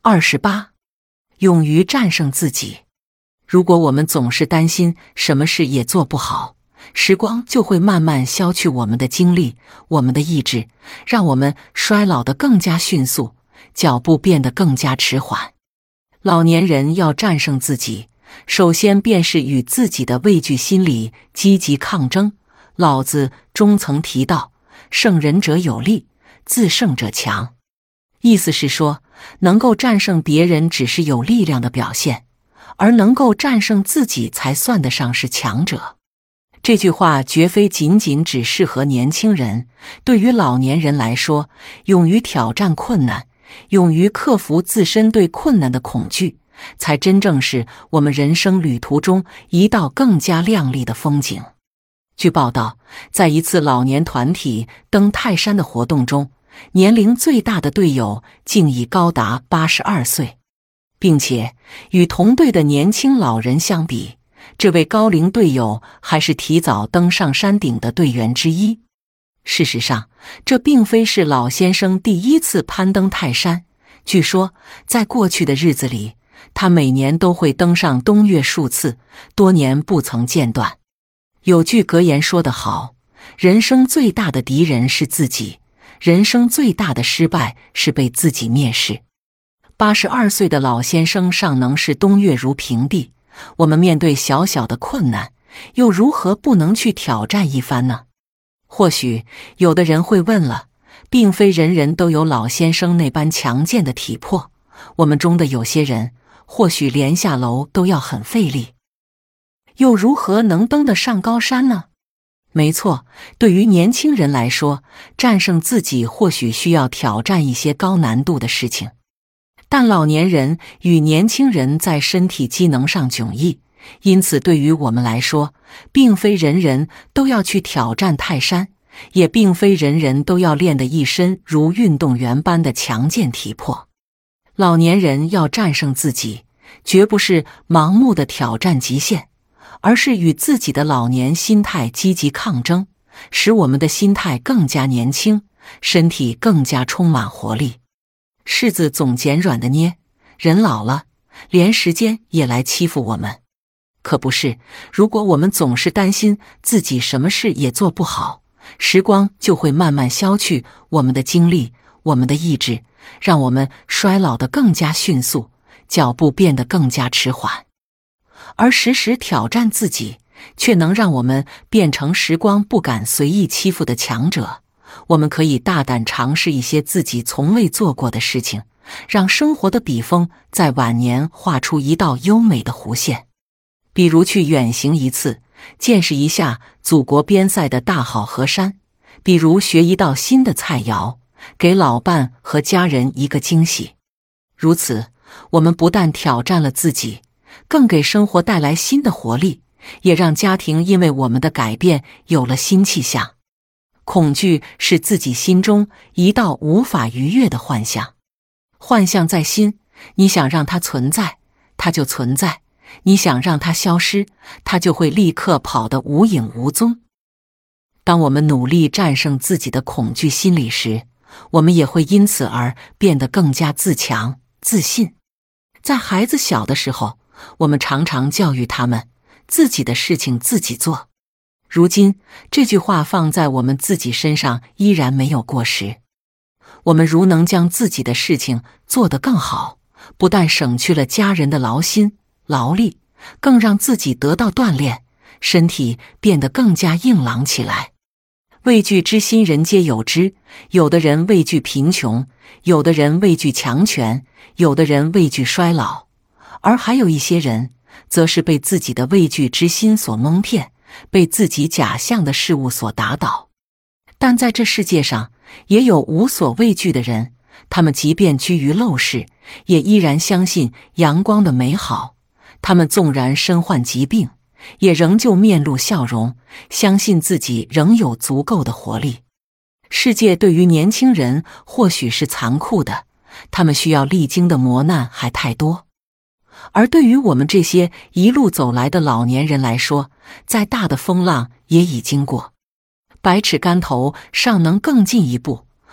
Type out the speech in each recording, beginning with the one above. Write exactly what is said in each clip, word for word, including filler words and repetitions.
二十八，勇于战胜自己。如果我们总是担心什么事也做不好，时光就会慢慢消去我们的精力，我们的意志，让我们衰老得更加迅速，脚步变得更加迟缓。老年人要战胜自己，首先便是与自己的畏惧心理积极抗争。老子中曾提到，胜人者有力，自胜者强。意思是说，能够战胜别人只是有力量的表现，而能够战胜自己才算得上是强者。这句话绝非仅仅只适合年轻人，对于老年人来说，勇于挑战困难，勇于克服自身对困难的恐惧，才真正是我们人生旅途中一道更加亮丽的风景。据报道，在一次老年团体登泰山的活动中，年龄最大的队友竟已高达八十二岁，并且与同队的年轻老人相比，这位高龄队友还是提早登上山顶的队员之一。事实上，这并非是老先生第一次攀登泰山，据说在过去的日子里，他每年都会登上东岳数次，多年不曾间断。有句格言说得好，人生最大的敌人是自己，人生最大的失败是被自己蔑视。八十二岁的老先生尚能视东岳如平地，我们面对小小的困难，又如何不能去挑战一番呢？或许有的人会问了，并非人人都有老先生那般强健的体魄，我们中的有些人或许连下楼都要很费力，又如何能登得上高山呢？没错，对于年轻人来说，战胜自己或许需要挑战一些高难度的事情。但老年人与年轻人在身体机能上迥异，因此对于我们来说，并非人人都要去挑战泰山，也并非人人都要练得一身如运动员般的强健体魄。老年人要战胜自己，绝不是盲目的挑战极限，而是与自己的老年心态积极抗争，使我们的心态更加年轻，身体更加充满活力。柿子总捡软的捏，人老了，连时间也来欺负我们。可不是，如果我们总是担心自己什么事也做不好，时光就会慢慢消去我们的精力，我们的意志，让我们衰老得更加迅速，脚步变得更加迟缓。而时时挑战自己，却能让我们变成时光不敢随意欺负的强者。我们可以大胆尝试一些自己从未做过的事情，让生活的笔锋在晚年画出一道优美的弧线。比如去远行一次，见识一下祖国边塞的大好河山；比如学一道新的菜肴，给老伴和家人一个惊喜。如此，我们不但挑战了自己，更给生活带来新的活力，也让家庭因为我们的改变有了新气象。恐惧是自己心中一道无法逾越的幻象，幻象在心，你想让它存在，它就存在；你想让它消失，它就会立刻跑得无影无踪。当我们努力战胜自己的恐惧心理时，我们也会因此而变得更加自强、自信。在孩子小的时候，我们常常教育他们，自己的事情自己做。如今，这句话放在我们自己身上依然没有过时。我们如能将自己的事情做得更好，不但省去了家人的劳心劳力，更让自己得到锻炼，身体变得更加硬朗起来。畏惧之心人皆有之，有的人畏惧贫穷，有的人畏惧强权，有的人畏惧衰老，而还有一些人则是被自己的畏惧之心所蒙骗，被自己假象的事物所打倒。但在这世界上，也有无所畏惧的人，他们即便居于陋室，也依然相信阳光的美好；他们纵然身患疾病，也仍旧面露笑容，相信自己仍有足够的活力。世界对于年轻人或许是残酷的，他们需要历经的磨难还太多。而对于我们这些一路走来的老年人来说，再大的风浪也已经过，百尺竿头尚能更进一步。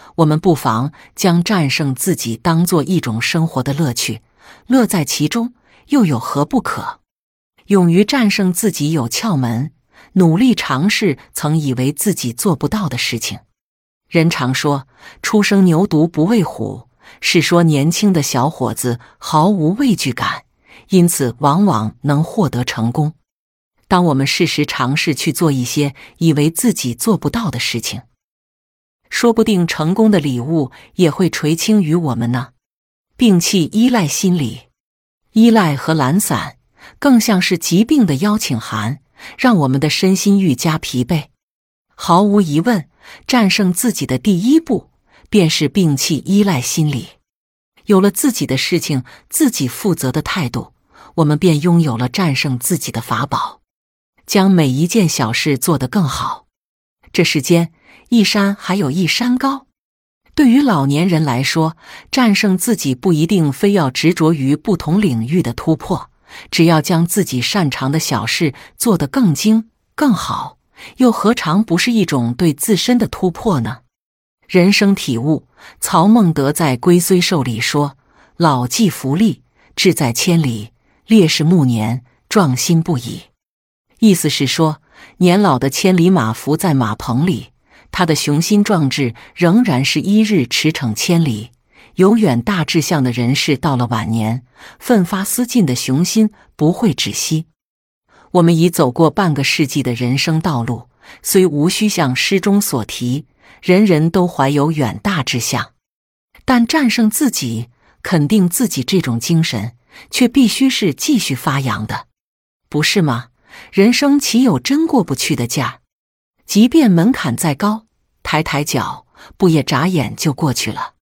我们不妨将战胜自己当作一种生活的乐趣，乐在其中，又有何不可？勇于战胜自己有窍门，努力尝试曾以为自己做不到的事情。人常说初生牛犊不畏虎，是说年轻的小伙子毫无畏惧感，因此往往能获得成功。当我们适时尝试去做一些以为自己做不到的事情，说不定成功的礼物也会垂青于我们呢。摒弃依赖心理，依赖和懒散更像是疾病的邀请函，让我们的身心愈加疲惫。毫无疑问，战胜自己的第一步便是摒弃依赖心理。有了自己的事情自己负责的态度，我们便拥有了战胜自己的法宝，将每一件小事做得更好。这世间一山还有一山高，对于老年人来说，战胜自己不一定非要执着于不同领域的突破，只要将自己擅长的小事做得更精更好，又何尝不是一种对自身的突破呢？人生体悟，曹孟德在《龟虽寿》里说：老骥伏枥，志在千里，烈士暮年，壮心不已。意思是说，年老的千里马伏在马棚里，他的雄心壮志仍然是一日驰骋千里。有远大志向的人士到了晚年，奋发思进的雄心不会止息。我们已走过半个世纪的人生道路，虽无需像诗中所提，人人都怀有远大志向，但战胜自己，肯定自己这种精神，却必须是继续发扬的，不是吗？人生岂有真过不去的劲儿？即便门槛再高，抬抬脚，不也眨眼就过去了。